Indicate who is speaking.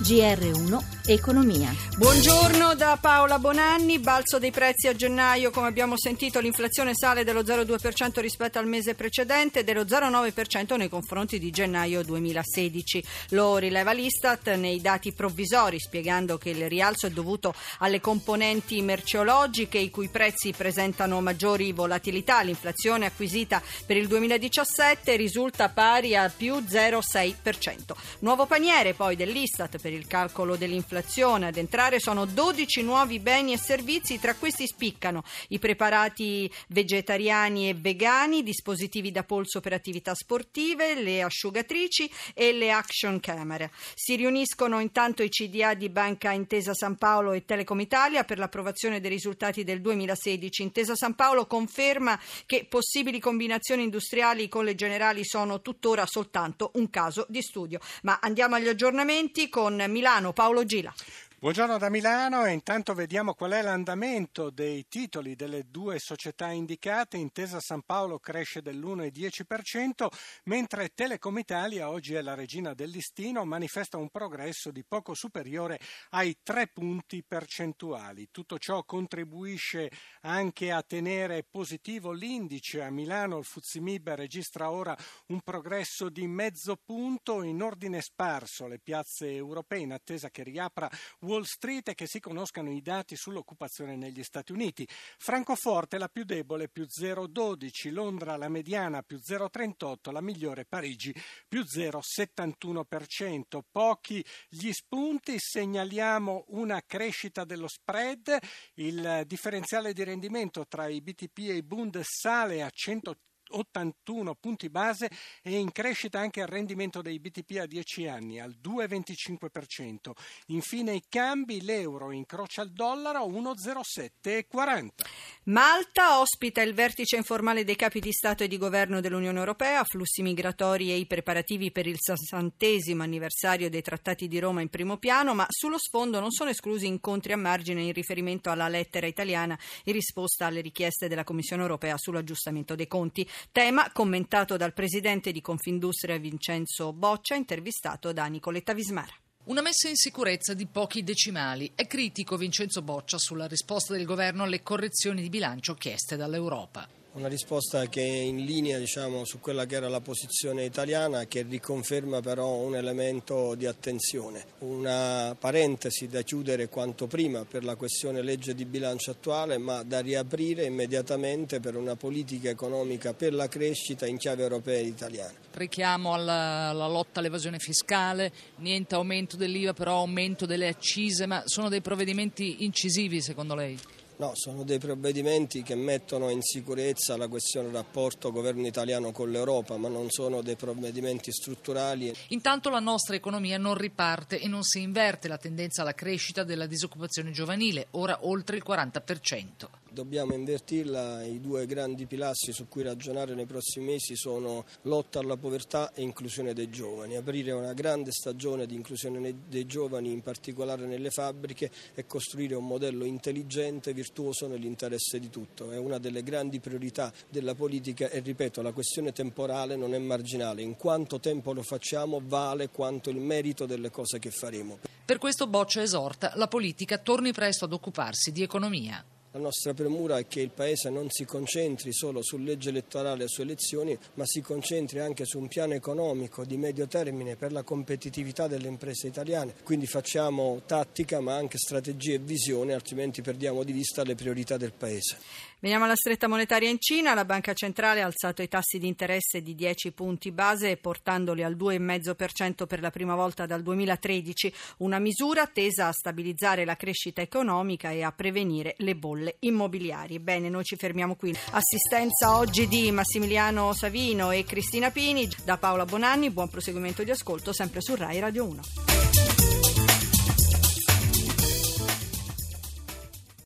Speaker 1: GR1 Economia.
Speaker 2: Buongiorno da Paola Bonanni. Balzo dei prezzi a gennaio, come abbiamo sentito l'inflazione sale dello 0,2% rispetto al mese precedente e dello 0,9% nei confronti di gennaio 2016. Lo rileva l'Istat nei dati provvisori, spiegando che il rialzo è dovuto alle componenti merceologiche i cui prezzi presentano maggiori volatilità. L'inflazione acquisita per il 2017 risulta pari a più 0,6%. Nuovo paniere poi dell'Istat per il calcolo dell'inflazione. Ad entrare sono 12 nuovi beni e servizi, tra questi spiccano i preparati vegetariani e vegani, dispositivi da polso per attività sportive, le asciugatrici e le action camera. Si riuniscono intanto i CDA di Banca Intesa San Paolo e Telecom Italia per l'approvazione dei risultati del 2016. Intesa San Paolo conferma che possibili combinazioni industriali con le Generali sono tuttora soltanto un caso di studio. Ma andiamo agli aggiornamenti con Milano, Paolo Gila.
Speaker 3: Buongiorno da Milano e intanto vediamo qual è l'andamento dei titoli delle due società indicate. Intesa San Paolo cresce dell'1,10%, mentre Telecom Italia, oggi è la regina del listino, manifesta un progresso di poco superiore ai 3 punti percentuali. Tutto ciò contribuisce anche a tenere positivo l'indice. A Milano il FTSE MIB registra ora un progresso di mezzo punto. In ordine sparso le piazze europee, in attesa che riapra Wall Street e che si conoscano i dati sull'occupazione negli Stati Uniti. Francoforte la più debole, più 0,12, Londra la mediana più 0,38, la migliore Parigi più 0,71%. Pochi gli spunti, segnaliamo una crescita dello spread, il differenziale di rendimento tra i BTP e i Bund sale a 181 punti base e in crescita anche il rendimento dei BTP a 10 anni al 2,25%. Infine i cambi, l'euro incrocia il dollaro 1,0740.
Speaker 2: Malta ospita il vertice informale dei capi di Stato e di Governo dell'Unione Europea, flussi migratori e i preparativi per il 60° anniversario dei Trattati di Roma in primo piano, ma sullo sfondo non sono esclusi incontri a margine in riferimento alla lettera italiana in risposta alle richieste della Commissione Europea sull'aggiustamento dei conti. Tema commentato dal presidente di Confindustria Vincenzo Boccia, intervistato da Nicoletta Vismara.
Speaker 4: Una messa in sicurezza di pochi decimali. È critico Vincenzo Boccia sulla risposta del governo alle correzioni di bilancio chieste dall'Europa.
Speaker 5: Una risposta che è in linea su quella che era la posizione italiana, che riconferma però un elemento di attenzione. Una parentesi da chiudere quanto prima per la questione legge di bilancio attuale, ma da riaprire immediatamente per una politica economica per la crescita in chiave europea ed italiana.
Speaker 4: Richiamo alla lotta all'evasione fiscale, niente aumento dell'IVA, però aumento delle accise, ma sono dei provvedimenti incisivi secondo lei?
Speaker 5: No, sono dei provvedimenti che mettono in sicurezza la questione rapporto governo italiano con l'Europa, ma non sono dei provvedimenti strutturali.
Speaker 4: Intanto la nostra economia non riparte e non si inverte la tendenza alla crescita della disoccupazione giovanile, ora oltre il 40%.
Speaker 5: Dobbiamo invertirla. I due grandi pilastri su cui ragionare nei prossimi mesi sono lotta alla povertà e inclusione dei giovani. Aprire una grande stagione di inclusione dei giovani, in particolare nelle fabbriche, e costruire un modello intelligente, virtuoso nell'interesse di tutto. È una delle grandi priorità della politica e, ripeto, la questione temporale non è marginale. In quanto tempo lo facciamo vale quanto il merito delle cose che faremo.
Speaker 4: Per questo Boccia esorta la politica torni presto ad occuparsi di economia.
Speaker 5: La nostra premura è che il Paese non si concentri solo su legge elettorale e su elezioni, ma si concentri anche su un piano economico di medio termine per la competitività delle imprese italiane. Quindi facciamo tattica ma anche strategia e visione, altrimenti perdiamo di vista le priorità del Paese.
Speaker 2: Veniamo alla stretta monetaria in Cina. La Banca Centrale ha alzato i tassi di interesse di 10 punti base, portandoli al 2,5% per la prima volta dal 2013, una misura tesa a stabilizzare la crescita economica e a prevenire le bolle immobiliari. Bene, noi ci fermiamo qui. Assistenza oggi di Massimiliano Savino e Cristina Pini. Da Paola Bonanni, buon proseguimento di ascolto sempre su Rai Radio 1.